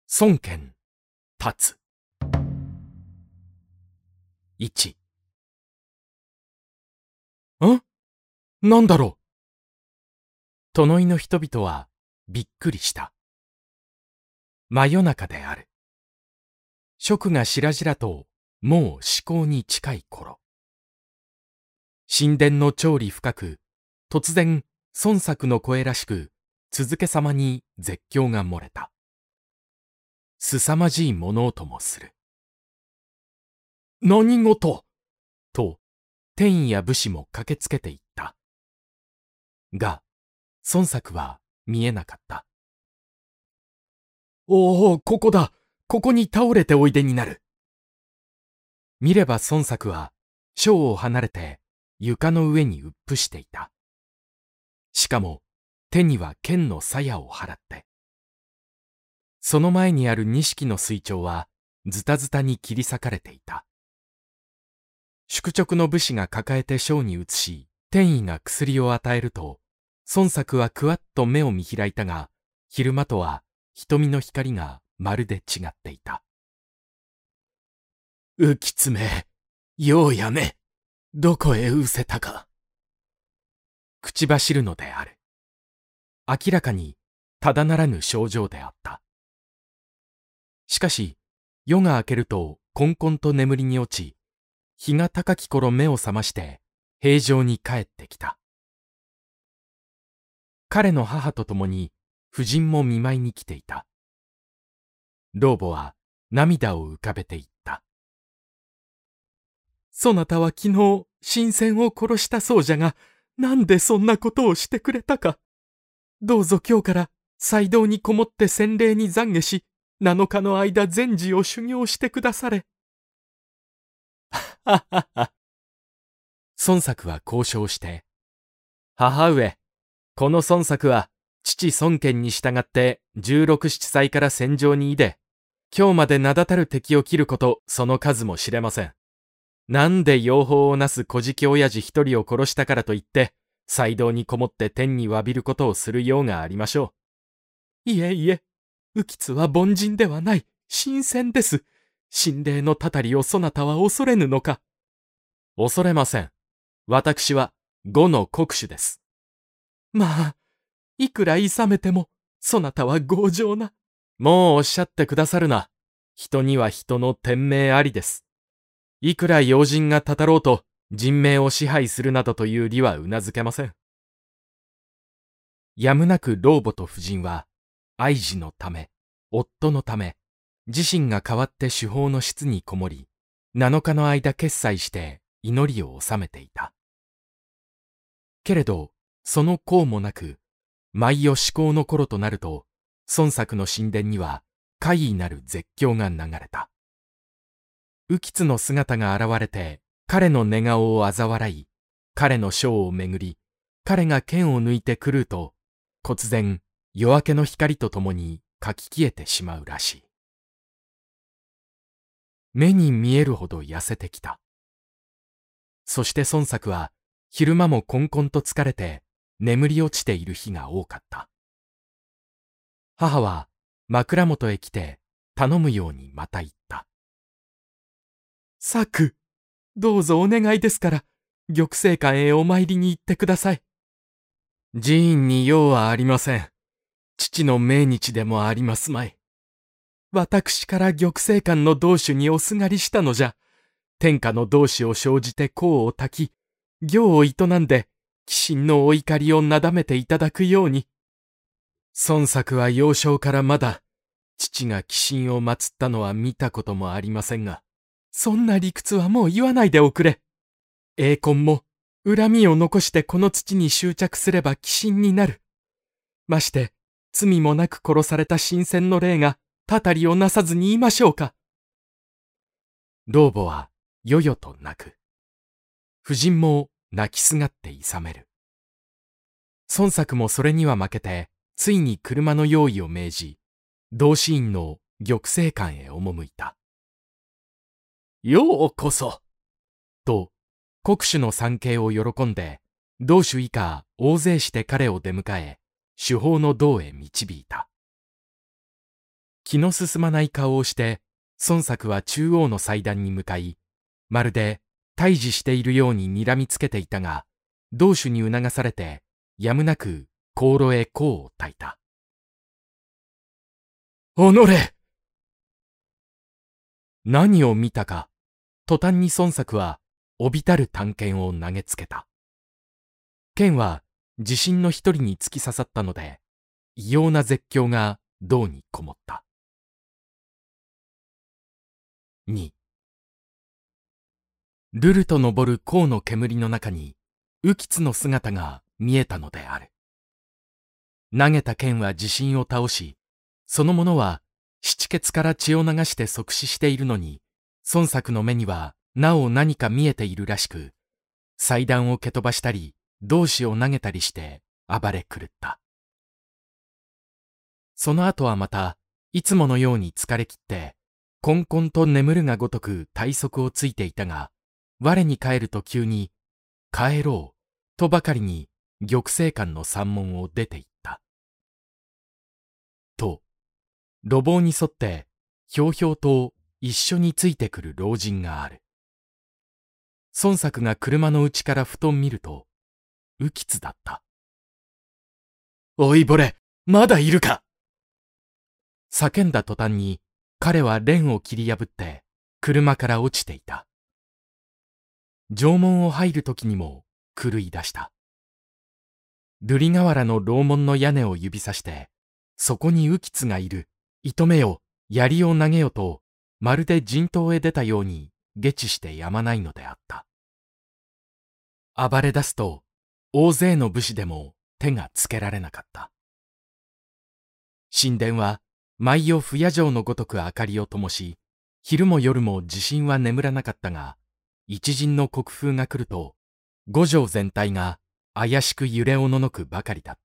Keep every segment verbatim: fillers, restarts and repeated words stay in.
孫権立つ。いち。ん？なんだろう。殿井の人々はびっくりした。真夜中である。食がしらじらともう至高に近い頃。神殿の調理深く、突然孫作の声らしく、続けさまに絶叫が漏れた。すさまじい物音もする。何事と、天尉や武士も駆けつけていった。が、孫作は見えなかった。おお、ここだ。ここに倒れておいでになる。見れば孫作は、将を離れて床の上にうっぷしていた。しかも、手には剣の鞘を払って。その前にある錦の水鳥は、ズタズタに切り裂かれていた。宿直の武士が抱えて将に移し、天尉が薬を与えると、孫作はくわっと目を見開いたが、昼間とは瞳の光がまるで違っていた。浮き爪、ようやめ、どこへ失せたか。口走るのである。明らかにただならぬ症状であった。しかし、夜が明けるとこんこんと眠りに落ち、日が高き頃目を覚まして平常に帰ってきた。彼の母と共に夫人も見舞いに来ていた。老母は涙を浮かべていった。そなたは昨日新選を殺したそうじゃが、なんでそんなことをしてくれたか。どうぞ今日から祭堂にこもって洗礼に懺悔し、七日の間禅師を修行してくだされ。ははは。孫作は交渉して、母上、この孫作は父孫権に従って十六七歳から戦場にいで、今日まで名だたる敵を切ることその数も知れません。なんで養蜂をなす小じき親父一人を殺したからといって、祭堂にこもって天に詫びることをするようがありましょう。いえいえ、浮津は凡人ではない、神仙です。神霊のたたりをそなたは恐れぬのか。恐れません。私は呉の国主です。まあ、いくら諌めても、そなたは強情な。もうおっしゃってくださるな。人には人の天命ありです。いくら要人がたたろうと、人命を支配するなどという理はうなずけません。やむなく老母と夫人は、愛児のため、夫のため、自身が代わって主法の室にこもり、七日の間決裁して祈りを収めていた。けれど、その功もなく、毎夜至高の頃となると、孫作の神殿には怪異なる絶叫が流れた。浮津の姿が現れて、彼の寝顔を嘲笑い、彼の将をめぐり、彼が剣を抜いて狂うと、忽然夜明けの光とともにかき消えてしまうらしい。目に見えるほど痩せてきた。そして孫作は昼間もこんこんと疲れて眠り落ちている日が多かった。母は枕元へ来て頼むようにまた言った。作、どうぞお願いですから、玉清館へお参りに行ってください。寺院に用はありません。父の命日でもありますまい。私から玉清館の同主におすがりしたのじゃ。天下の同志を生じて功を焚き、業を営んで、鬼神のお怒りをなだめていただくように。孫作は幼少からまだ、父が鬼神を祀ったのは見たこともありませんが、そんな理屈はもう言わないでおくれ。栄魂も恨みを残してこの土に執着すれば鬼神になる。まして、罪もなく殺された神仙の霊がたたりをなさずに言いましょうか。老母はよよと泣く。夫人も泣きすがっていさめる。孫作もそれには負けて、ついに車の用意を命じ、同心院の玉清館へ赴いた。ようこそと、国主の参詣を喜んで、同主以下大勢して彼を出迎え、主法の道へ導いた。 気の進まない顔をして、孫作は中央の祭壇に向かい、まるで退治しているように睨みつけていたが、同主に促されて、やむなく香炉へ香を焚いた。おのれ！何を見たか、途端に孫作は、おびたる短剣を投げつけた。剣は、地震の一人に突き刺さったので、異様な絶叫が胴にこもった。にるると昇る香の煙の中に、浮津の姿が見えたのである。投げた剣は地震を倒し、その者は七血から血を流して即死しているのに、孫作の目にはなお何か見えているらしく、祭壇を蹴飛ばしたり、同志を投げたりして暴れ狂った。その後はまた、いつものように疲れ切って、こんこんと眠るがごとく体側をついていたが、我に帰ると急に、帰ろう、とばかりに玉星館の山門を出て行った。と、路傍に沿って、ひょうひょうと一緒についてくる老人がある。孫作が車の内からふと見ると、浮津だった。おいぼれ、まだいるか！叫んだ途端に、彼は蓮を切り破って、車から落ちていた。城門を入るときにも狂い出した。瑠璃瓦の楼門の屋根を指さして、そこに浮津がいる、射止めよ、槍を投げよと、まるで陣頭へ出たように、下知してやまないのであった。暴れ出すと、大勢の武士でも手がつけられなかった。神殿は、毎夜不夜城のごとく明かりを灯し、昼も夜も地震は眠らなかったが、一陣の国風が来ると、五条全体が怪しく揺れおののくばかりだった。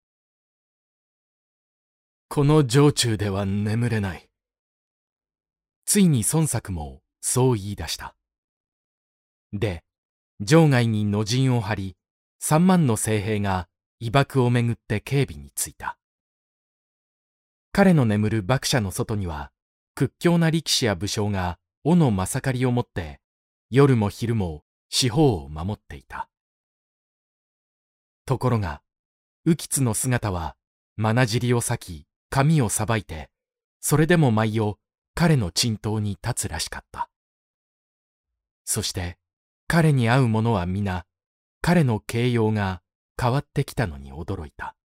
この城中では眠れない。ついに孫作もそう言い出した。で、城外に野陣を張り、三万の精兵が威爆をめぐって警備についた。彼の眠る幕舎の外には、屈強な力士や武将が斧のまさかりを持って、夜も昼も四方を守っていた。ところが、浮津の姿は、まなじりを裂き、髪をさばいて、それでも毎夜、彼の沈頭に立つらしかった。そして、彼に会う者は皆、彼の形容が変わってきたのに驚いた。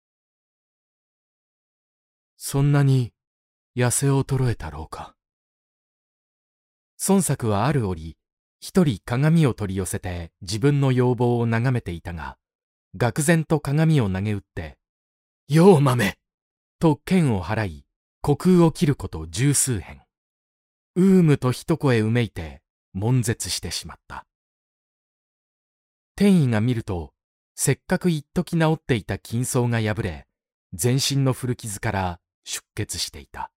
そんなに痩せ衰えたろうか。孫作はある折、一人鏡を取り寄せて自分の容貌を眺めていたが、愕然と鏡を投げ打って、よう豆と剣を払い、虚空を切ること十数遍。うーむと一声うめいて、悶絶してしまった。天意が見ると、せっかく一時治っていた筋層が破れ、全身の古傷から出血していた。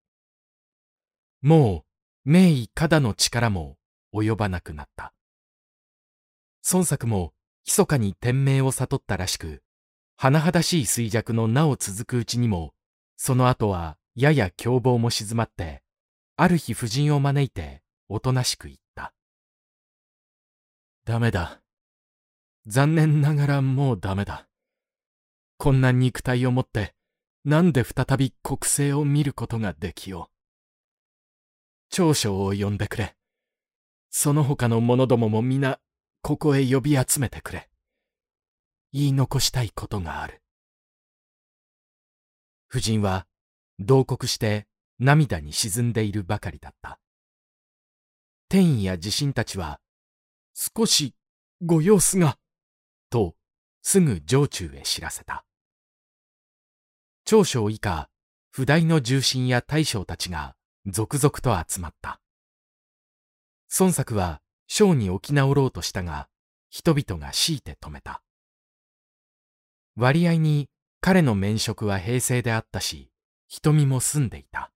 もう、名医肩の力も及ばなくなった。孫作も、密かに天命を悟ったらしく、甚だしい衰弱のなお続くうちにも、その後はやや凶暴も静まって、ある日夫人を招いて、おとなしく言った。ダメだ。残念ながらもうダメだ。こんな肉体を持って、なんで再び国政を見ることができよう。長将を呼んでくれ。その他の者どもも皆、ここへ呼び集めてくれ。言い残したいことがある。夫人は、慟哭して涙に沈んでいるばかりだった。天医や地神たちは、少しご様子が、と、すぐ城中へ知らせた。長将以下、不代の重臣や大将たちが続々と集まった。孫作は将に起き直ろうとしたが、人々が強いて止めた。割合に彼の免職は平静であったし、瞳も澄んでいた。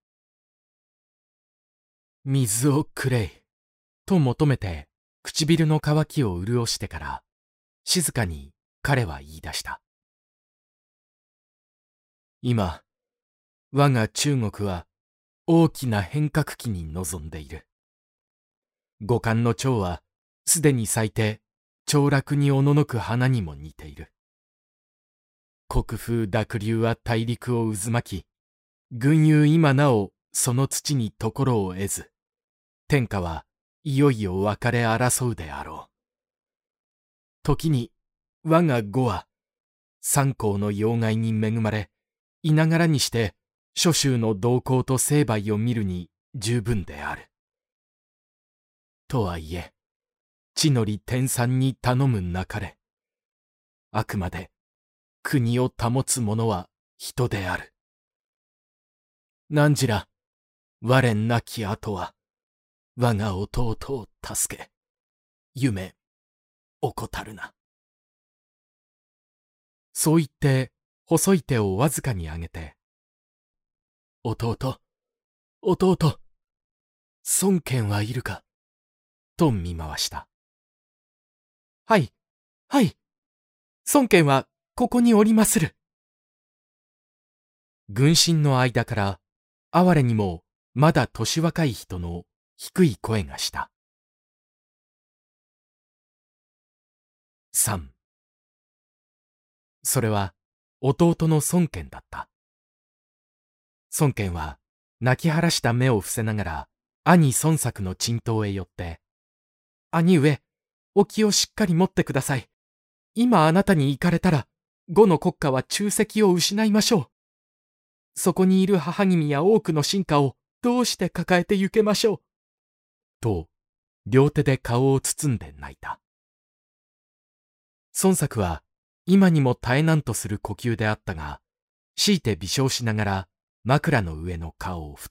水をくれい、と求めて唇の渇きを潤してから、静かに彼は言い出した。今、我が中国は大きな変革期に臨んでいる。五感の蝶はすでに咲いて凋落におののく花にも似ている。国風濁流は大陸を渦巻き、群雄今なおその土に所を得ず、天下はいよいよ別れ争うであろう。時に我が呉は三公の要害に恵まれ、いながらにして諸州の動向と成敗を見るに十分である。とはいえ、地の利天産に頼むなかれ。あくまで国を保つ者は人である。何時ら我なき後は我が弟を助け、夢怠るな。そう言って細い手をわずかに上げて、弟、弟、孫権はいるかと見回した。はい、はい、孫権はここにおりまする。軍神の間から哀れにもまだ年若い人の低い声がした。さん。それは弟の孫権だった。孫権は泣き晴らした目を伏せながら兄孫作の沈頭へ寄って、兄上、お気をしっかり持ってください。今あなたに行かれたら、呉の国家は忠績を失いましょう。そこにいる母君や多くの臣下をどうして抱えて行けましょう。と、両手で顔を包んで泣いた。孫作は今にも絶えなんとする呼吸であったが、強いて微笑しながら枕の上の顔を振った。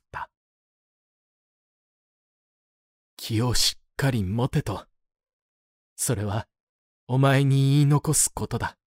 気をしっかり持てと。それはお前に言い残すことだ。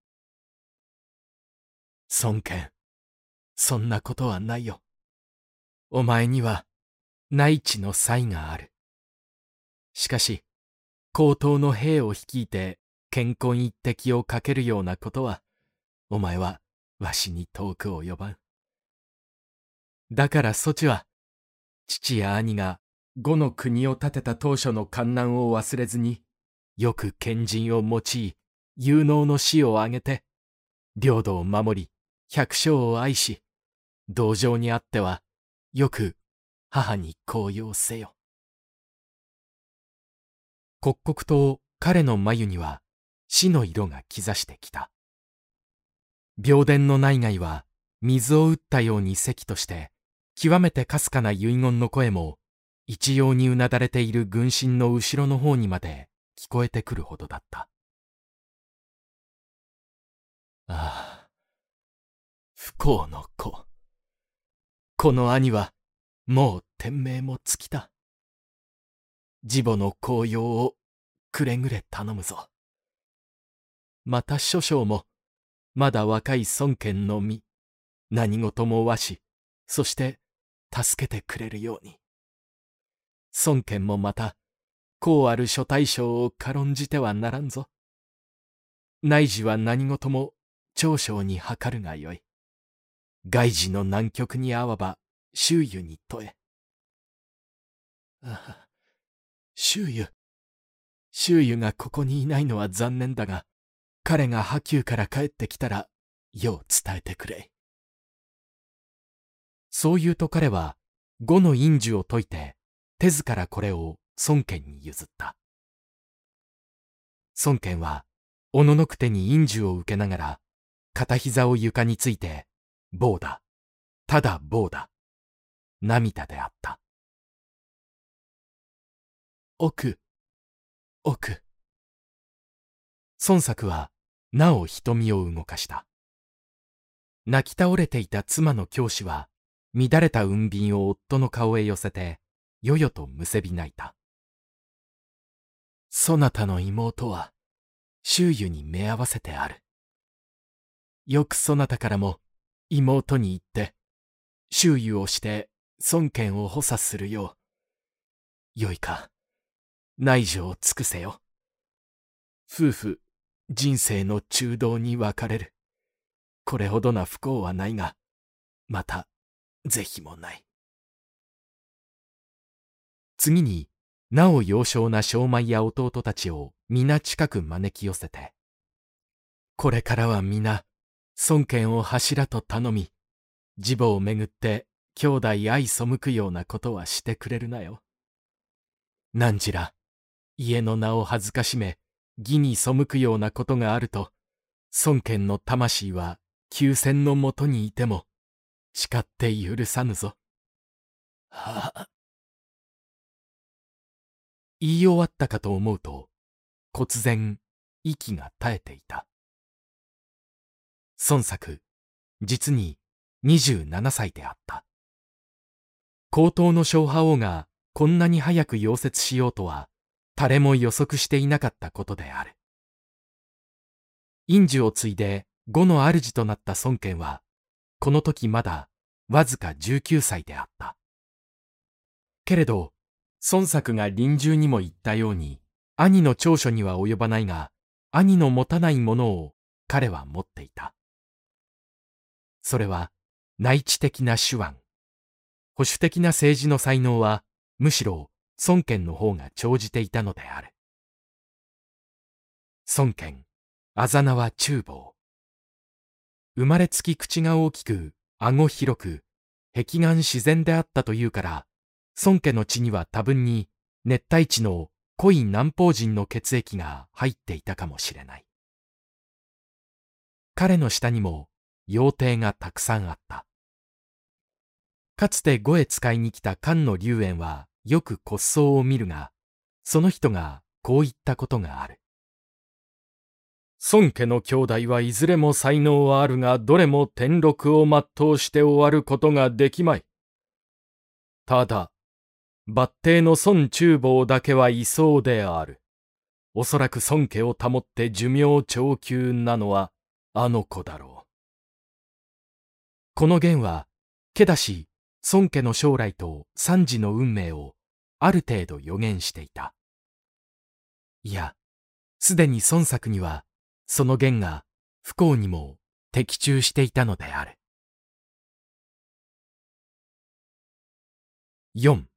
孫権、そんなことはないよ。お前には内地の才がある。しかし、高等の兵を率いて健康一滴をかけるようなことは、お前はわしに遠く及ばん。だからそちは、父や兄が呉の国を建てた当初の艱難を忘れずに、よく賢人を用い、有能の死を挙げて、領土を守り、百姓を愛し、道場にあっては、よく母に高揚せよ。刻々と彼の眉には死の色が兆してきた。廟殿の内外は水を打ったようにせきとして、極めてかすかな遺言の声も一様にうなだれている軍神の後ろの方にまで聞こえてくるほどだった。ああ、不幸の子。この兄はもう天命も尽きた。慈母の孝養をくれぐれ頼むぞ。また諸将もまだ若い孫権の身、何事もわし、そして助けてくれるように。孫権もまた功ある諸大将を軽んじてはならんぞ。内事は何事も長将に諮るがよい。外事の難局にあわば周囲に問え。ああ、周囲。周囲がここにいないのは残念だが、彼が波及から帰ってきたら、よう伝えてくれ。そう言うと彼は、呉の印綬を解いて、手ずからこれを孫権に譲った。孫権は、おののく手に印綬を受けながら、片膝を床について、棒だ、ただ棒だ、涙であった。奥、奥。孫作はなお瞳を動かした。泣き倒れていた妻の教師は、乱れた雲鬢を夫の顔へ寄せて、よよとむせび泣いた。そなたの妹は、周囲に目合わせてある。よくそなたからも、妹に言って、周囲をして孫権を補佐するよう。よいか、内助を尽くせよ。夫婦、人生の中道に別れる。これほどな不幸はないが、また、是非もない。 次に、なお幼少な小米や弟たちを皆近く招き寄せて、これからは皆、孫権を柱と頼み、自母をめぐって兄弟相背くようなことはしてくれるなよ。何ら、家の名を恥ずかしめ、義に背くようなことがあると、孫権の魂は休戦のもとにいても、誓って許さぬぞ。はあ。言い終わったかと思うと、忽然、息が絶えていた。孫作、実ににじゅうななさいであった。高等の小覇王がこんなに早く溶接しようとは、誰も予測していなかったことである。院主を継いで呉の主となった孫権は、この時まだわずかじゅうきゅうさいであった。けれど、孫作が臨終にも言ったように、兄の長所には及ばないが、兄の持たないものを彼は持っていた。それは内知的な手腕。保守的な政治の才能は、むしろ孫権の方が長じていたのである。孫権、あざ名は中坊。生まれつき口が大きく、顎広く、壁眼自然であったというから、孫家の血には多分に熱帯地の濃い南方人の血液が入っていたかもしれない。彼の下にも傭兵がたくさんあった。かつて呉へ使いに来た漢の龍燕はよく骨相を見るが、その人がこう言ったことがある。孫家の兄弟はいずれも才能はあるが、どれも天禄を全うして終わることができまい。ただ、抜邸の孫中坊だけはいそうである。おそらく孫家を保って寿命長久なのはあの子だろう。この言は、けだし、孫家の将来と三次の運命をある程度予言していた。いや、すでに孫作には、その言が不幸にも的中していたのである。よん。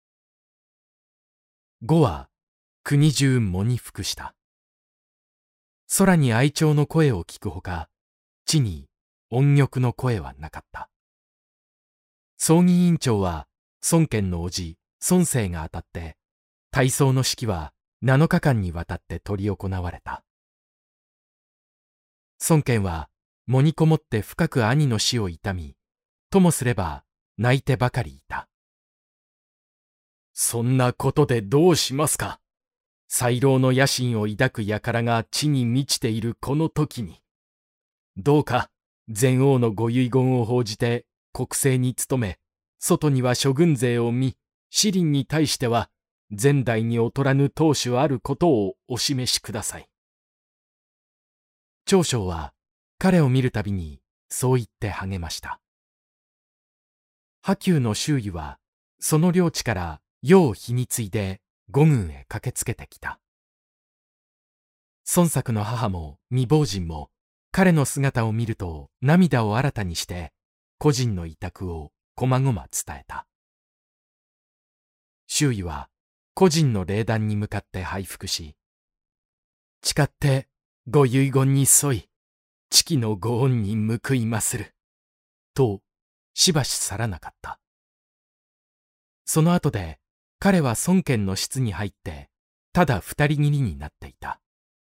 呉は国中喪に服した。空に哀鳥の声を聞くほか、地に音曲の声はなかった。葬儀委員長は孫権の叔父孫生が当たって、大葬の式はなのかかんにわたって執り行われた。孫権は喪にこもって深く兄の死を悼み、ともすれば泣いてばかりいた。そんなことでどうしますか。才郎の野心を抱く輩が地に満ちているこの時に。どうか前王のご遺言を報じて国政に努め、外には諸軍勢を見、士林に対しては前代に劣らぬ当主あることをお示しください。長将は彼を見るたびにそう言って励ました。波及の周囲はその領地から世を日に継いで呉軍へ駆けつけてきた。孫作の母も未亡人も彼の姿を見ると涙を新たにして個人の委託をこまごま伝えた。周囲は個人の霊壇に向かって拝伏し、誓ってご遺言に沿い、父のご恩に報いまする、としばし去らなかった。その後で彼は孫権の室に入って、ただ二人きりになっていた。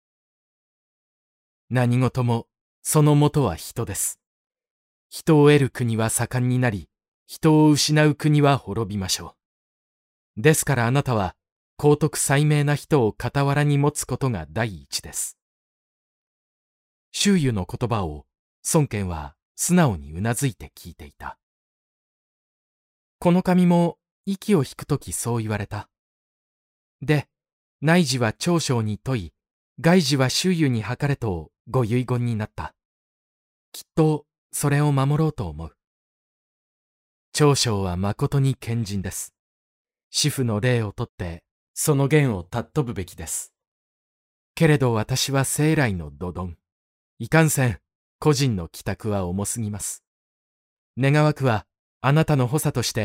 何事もその元は人です。人を得る国は盛んになり、人を失う国は滅びましょう。ですからあなたは、高徳才明な人を傍らに持つことが第一です。周囲の言葉を孫権は素直にうなずいて聞いていた。この神も息を引くときそう言われた。で、内侍は長将に問い、外侍は周囲に諮れとご遺言になった。きっとそれを守ろうと思う。長将はまことに賢人です。主婦の例をとって、その言を尊ぶべきです。けれど私は生来の土鈍。いかんせん、個人の帰宅は重すぎます。願わくは、あなたの補佐として、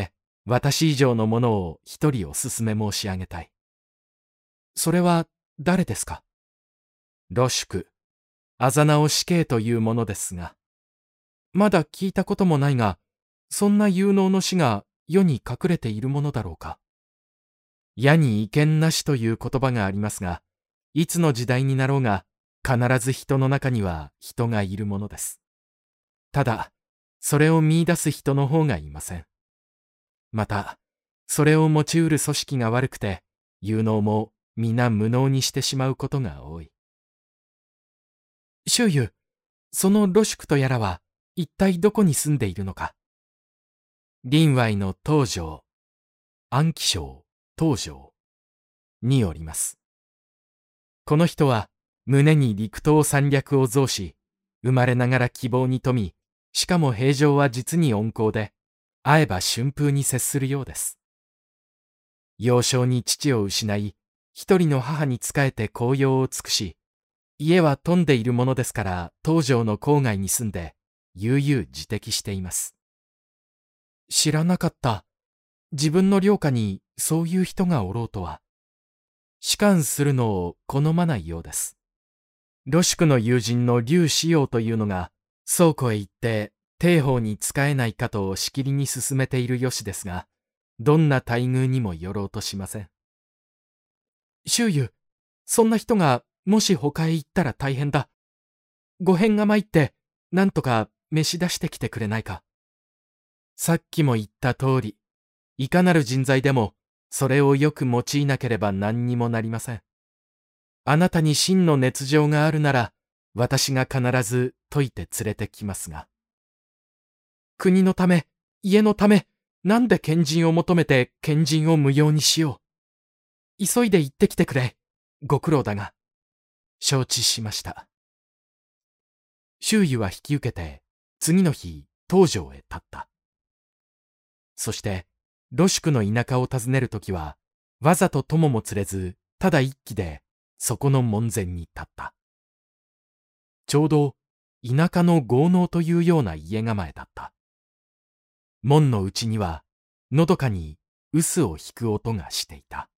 私以上のものを一人お勧め申し上げたい。それは誰ですか？ロシュク、あざなお死刑というものですが。まだ聞いたこともないが、そんな有能の死が世に隠れているものだろうか。野に意見なしという言葉がありますが、いつの時代になろうが、必ず人の中には人がいるものです。ただ、それを見出す人の方がいません。また、それを用いる組織が悪くて、有能も皆無能にしてしまうことが多い。周遊、そのロシュクとやらは、一体どこに住んでいるのか。臨淮の東条、安徽省東条におります。この人は胸に陸東三略を増し、生まれながら希望に富み、しかも平常は実に温厚で、会えば春風に接するようです。幼少に父を失い、一人の母に仕えて公用を尽くし、家は富んでいるものですから東条の郊外に住んで、悠々自適しています。知らなかった。自分の領下にそういう人がおろうとは。仕官するのを好まないようです。ロシュクの友人の劉子陽というのが、倉庫へ行って帝宝に仕えないかとしきりに勧めているよしですが、どんな待遇にもよろうとしません。周遊、そんな人がもし他へ行ったら大変だ。ご変が参って、なんとか召し出してきてくれないか。さっきも言った通り、いかなる人材でも、それをよく用いなければ何にもなりません。あなたに真の熱情があるなら、私が必ず解いて連れてきますが。国のため、家のため、なんで賢人を求めて賢人を無用にしよう。急いで行ってきてくれ。ご苦労だが。承知しました。周囲は引き受けて、次の日、東条へ立った。そして、ロシュクの田舎を訪ねるときは、わざと友も連れず、ただ一騎で、そこの門前に立った。ちょうど、田舎の豪農というような家構えだった。門の内には、のどかに臼を引く音がしていた。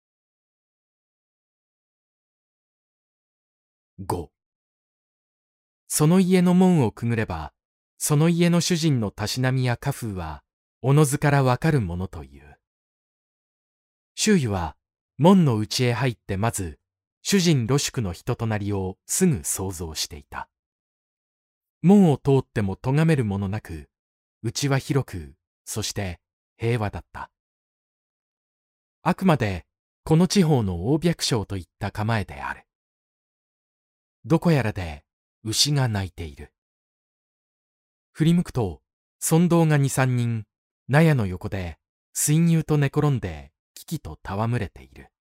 ご、その家の門をくぐれば、その家の主人のたしなみや家風は、おのずからわかるものという。周囲は、門の内へ入ってまず、主人ロシュクの人となりをすぐ想像していた。門を通っても咎めるものなく、内は広く、そして平和だった。あくまで、この地方の王白省といった構えである。どこやらで牛が鳴いている。振り向くと、村道が二三人、納屋の横で、水牛と寝転んで、危機と戯れている。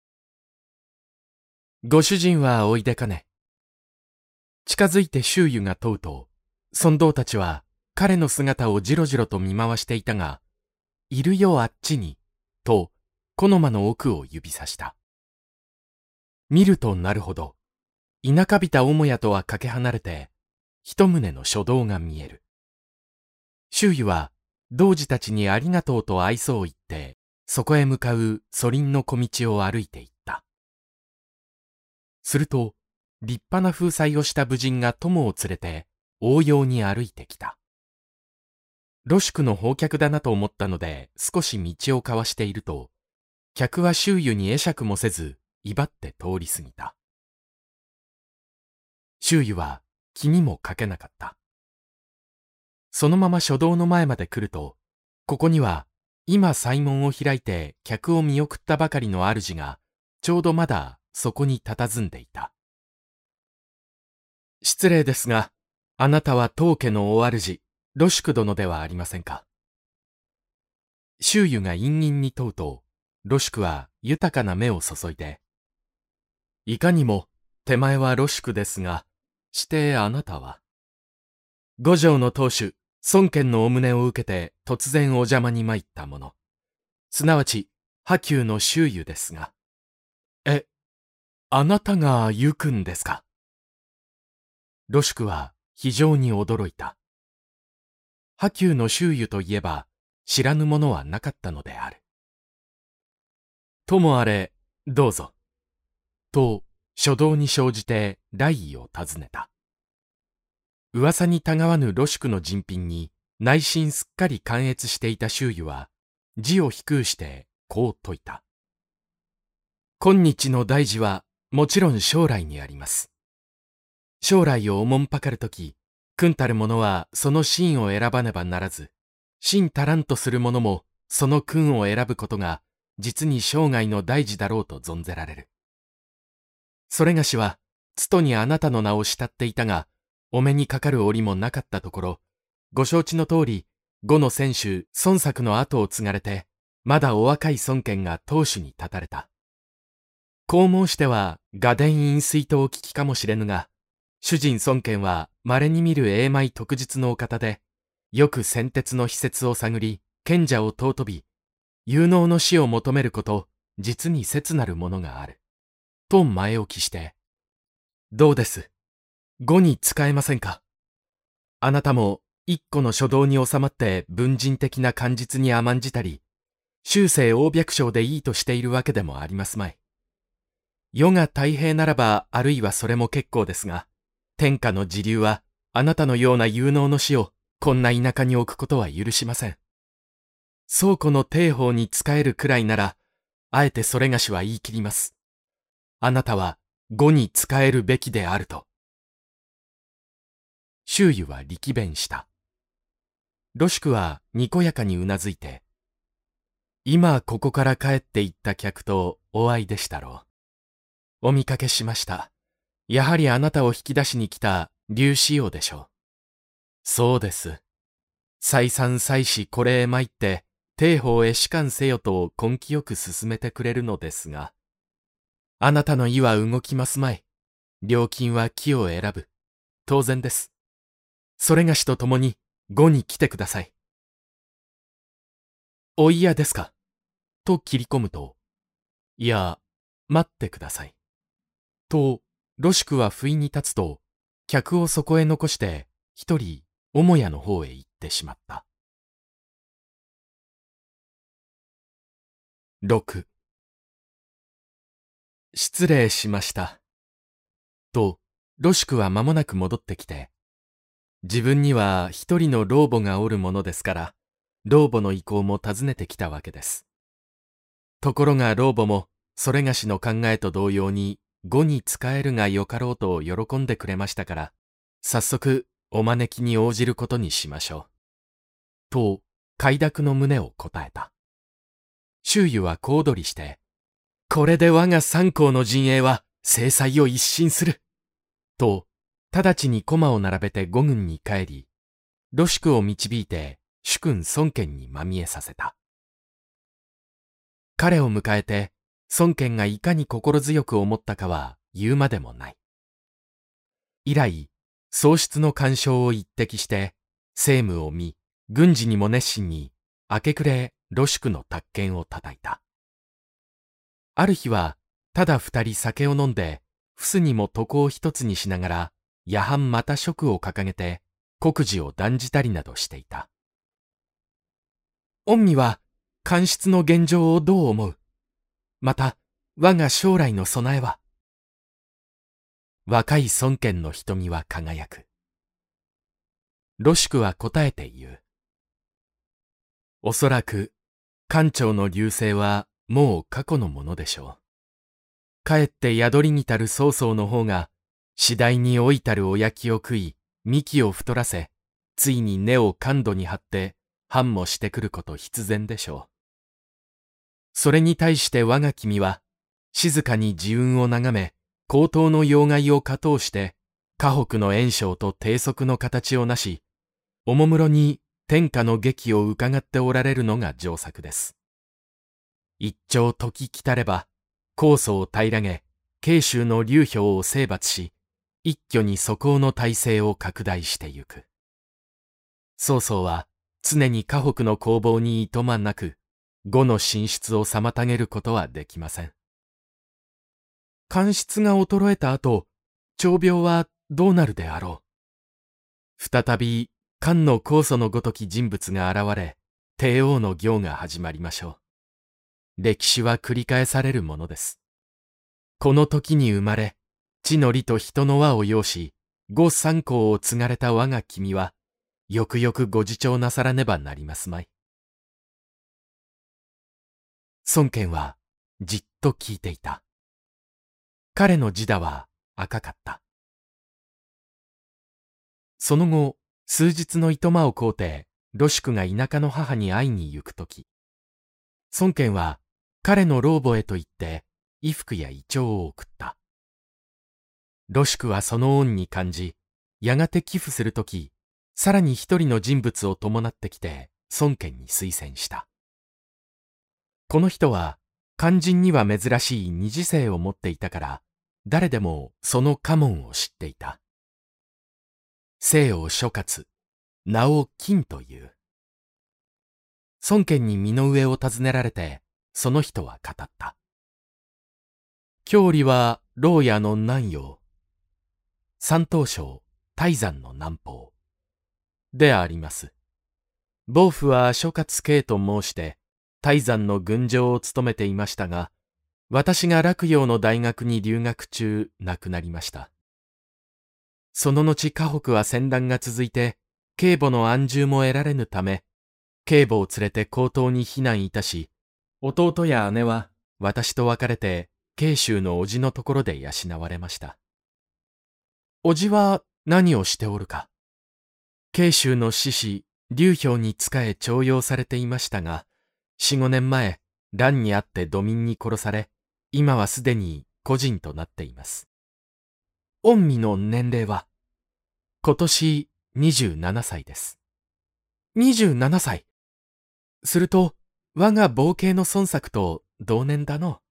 ご主人はおいでかね。近づいて周囲が問うと、村道たちは彼の姿をじろじろと見回していたが、いるよあっちに、と、木の間の奥を指さした。見るとなるほど、田舎びた母屋とはかけ離れて、一棟の書道が見える。周囲は、童子たちにありがとうと愛想を言って、そこへ向かう祖林の小道を歩いていった。すると、立派な風采をした武人が友を連れて、応用に歩いてきた。ロシュクの訪客だなと思ったので、少し道を交わしていると、客は周囲に会釈もせず、威張って通り過ぎた。周囲は気にもかけなかった。そのまま書道の前まで来ると、ここには、今祭門を開いて客を見送ったばかりの主が、ちょうどまだそこに佇んでいた。失礼ですが、あなたは当家のお主、ロシュク殿ではありませんか。周囲が陰々に問うと、ロシュクは豊かな目を注いで、いかにも手前はロシュクですが、してあなたは。五条の当主、孫権のお旨を受けて突然お邪魔に参ったもの。すなわち、波及の周囲ですが。え、あなたが行くんですか。ロシュクは非常に驚いた。波及の周囲といえば、 知らぬものはなかったのである。ともあれ、どうぞ。と、初動に生じて来意を尋ねた。噂にたがわぬ露宿の人品に内心すっかり感悦していた周囲は、字を低うしてこう説いた。今日の大事はもちろん将来にあります。将来をおもんぱかるとき、君たる者はその真を選ばねばならず、真足らんとする者もその君を選ぶことが実に生涯の大事だろうと存ぜられる。それがしは、つとにあなたの名を慕っていたが、お目にかかる折もなかったところ、ご承知の通り、後の選手、孫作の後を継がれて、まだお若い孫権が当主に立たれた。こう申しては、画伝飲水とお聞きかもしれぬが、主人孫権は稀に見る英米特実のお方で、よく先哲の秘説を探り、賢者を尊び、有能の死を求めること、実に切なるものがある。と前置きして、どうです。語に使えませんか。あなたも一個の初動に収まって文人的な感実に甘んじたり、終生王白章でいいとしているわけでもありますまい。世が太平ならばあるいはそれも結構ですが、天下の時流はあなたのような有能の死をこんな田舎に置くことは許しません。倉庫の定法に仕えるくらいなら、あえてそれがしは言い切ります。あなたは語に仕えるべきであると。周囲は力弁した。露宿はにこやかにうなずいて、今ここから帰って行った客とお会いでしたろう。お見かけしました。やはりあなたを引き出しに来た劉子陽でしょう。そうです。再三再四これへ参って、定法へ仕官せよと根気よく進めてくれるのですが、あなたの意は動きますまい。料金は木を選ぶ。当然です。それがしと共に後に来てください。お嫌ですかと切り込むと、いや、待ってください。と、露宿は不意に立つと、客をそこへ残して、一人、母屋の方へ行ってしまった。ろく失礼しました。と、露宿は間もなく戻ってきて、自分には一人の老母がおるものですから、老母の意向も尋ねてきたわけです。ところが老母も、それがしの考えと同様に、語に仕えるがよかろうと喜んでくれましたから、早速お招きに応じることにしましょう。と、快諾の旨を答えた。周囲は小躍りして、これで我が三公の陣営は制裁を一新する。と、直ちに駒を並べて五軍に帰り、露宿を導いて主君孫権にまみえさせた。彼を迎えて、孫権がいかに心強く思ったかは言うまでもない。以来、喪失の干渉を一滴して、政務を見、軍事にも熱心に、明け暮れ露宿の宅建を叩いた。ある日は、ただ二人酒を飲んで、臥にも床を一つにしながら、夜半また職を掲げて、国事を断じたりなどしていた。御身は、官室の現状をどう思う？また、我が将来の備えは？若い孫権の瞳は輝く。露宿は答えて言う。おそらく、官庁の隆盛はもう過去のものでしょう。かえって宿りにたる曹操の方が、次第に老いたるお焼きを食い、幹を太らせ、ついに根を感度に張って、繁もしてくること必然でしょう。それに対して我が君は、静かに自運を眺め、高等の要害を加藤して、河北の炎章と低速の形をなし、おもむろに天下の劇を伺っておられるのが上策です。一朝時来たれば、高祖を平らげ、慶州の流氷を征伐し、一挙に素行の体制を拡大してゆく。曹操は常に河北の攻防にいとまなく、呉の進出を妨げることはできません。官室が衰えた後、長病はどうなるであろう。再び、漢の高祖のごとき人物が現れ、 帝王の行が始まりましょう。歴史は繰り返されるものです。この時に生まれ、地の利と人の輪を要し、御三公を継がれた我が君は、よくよくご自重なさらねばなりますまい。孫権はじっと聞いていた。彼の地だは赤かった。その後、数日の暇を買うて、ロシクが田舎の母に会いに行くとき、孫権は彼の老母へと言って、衣服やイチョウを送った。ロシクはその恩に感じ、やがて寄付するとき、さらに一人の人物を伴ってきて、孫権に推薦した。この人は、肝心には珍しい二次性を持っていたから、誰でもその家紋を知っていた。姓を諸葛、名を金という。孫権に身の上を尋ねられて、その人は語った。郷里は牢屋の南陽、山東省泰山の南方であります。坊父は諸葛慶と申して、泰山の軍城を務めていましたが、私が洛陽の大学に留学中亡くなりました。その後河北は戦乱が続いて、継母の安住も得られぬため、継母を連れて江東に避難いたし、弟や姉は私と別れて慶州の叔父のところで養われました。叔父は何をしておるか。慶州の志士、劉氷に仕え重用されていましたが、四五年前、乱にあって土民に殺され、今はすでに孤児となっています。御身の年齢は、今年にじゅうななさいです。にじゅうななさい。すると、我が傍系の孫作と同年だの。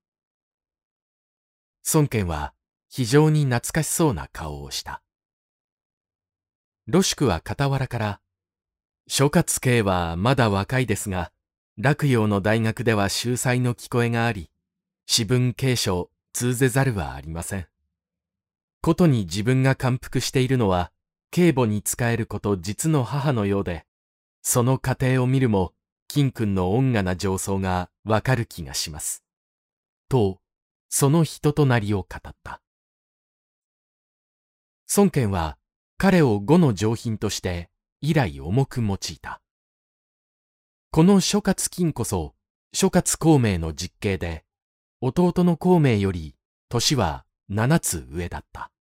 孫権は非常に懐かしそうな顔をした。ロシクは傍らから、諸葛慶はまだ若いですが、洛陽の大学では秀才の聞こえがあり、私文継承通ぜざるはありません。ことに自分が感服しているのは、継母に仕えること実の母のようで、その過程を見るも、金君の恩雅な情操がわかる気がします。と、その人となりを語った。孫権は、彼を呉の上品として、以来重く用いた。この諸葛金こそ、諸葛孔明の実兄で、弟の孔明より、年は七つ上だった。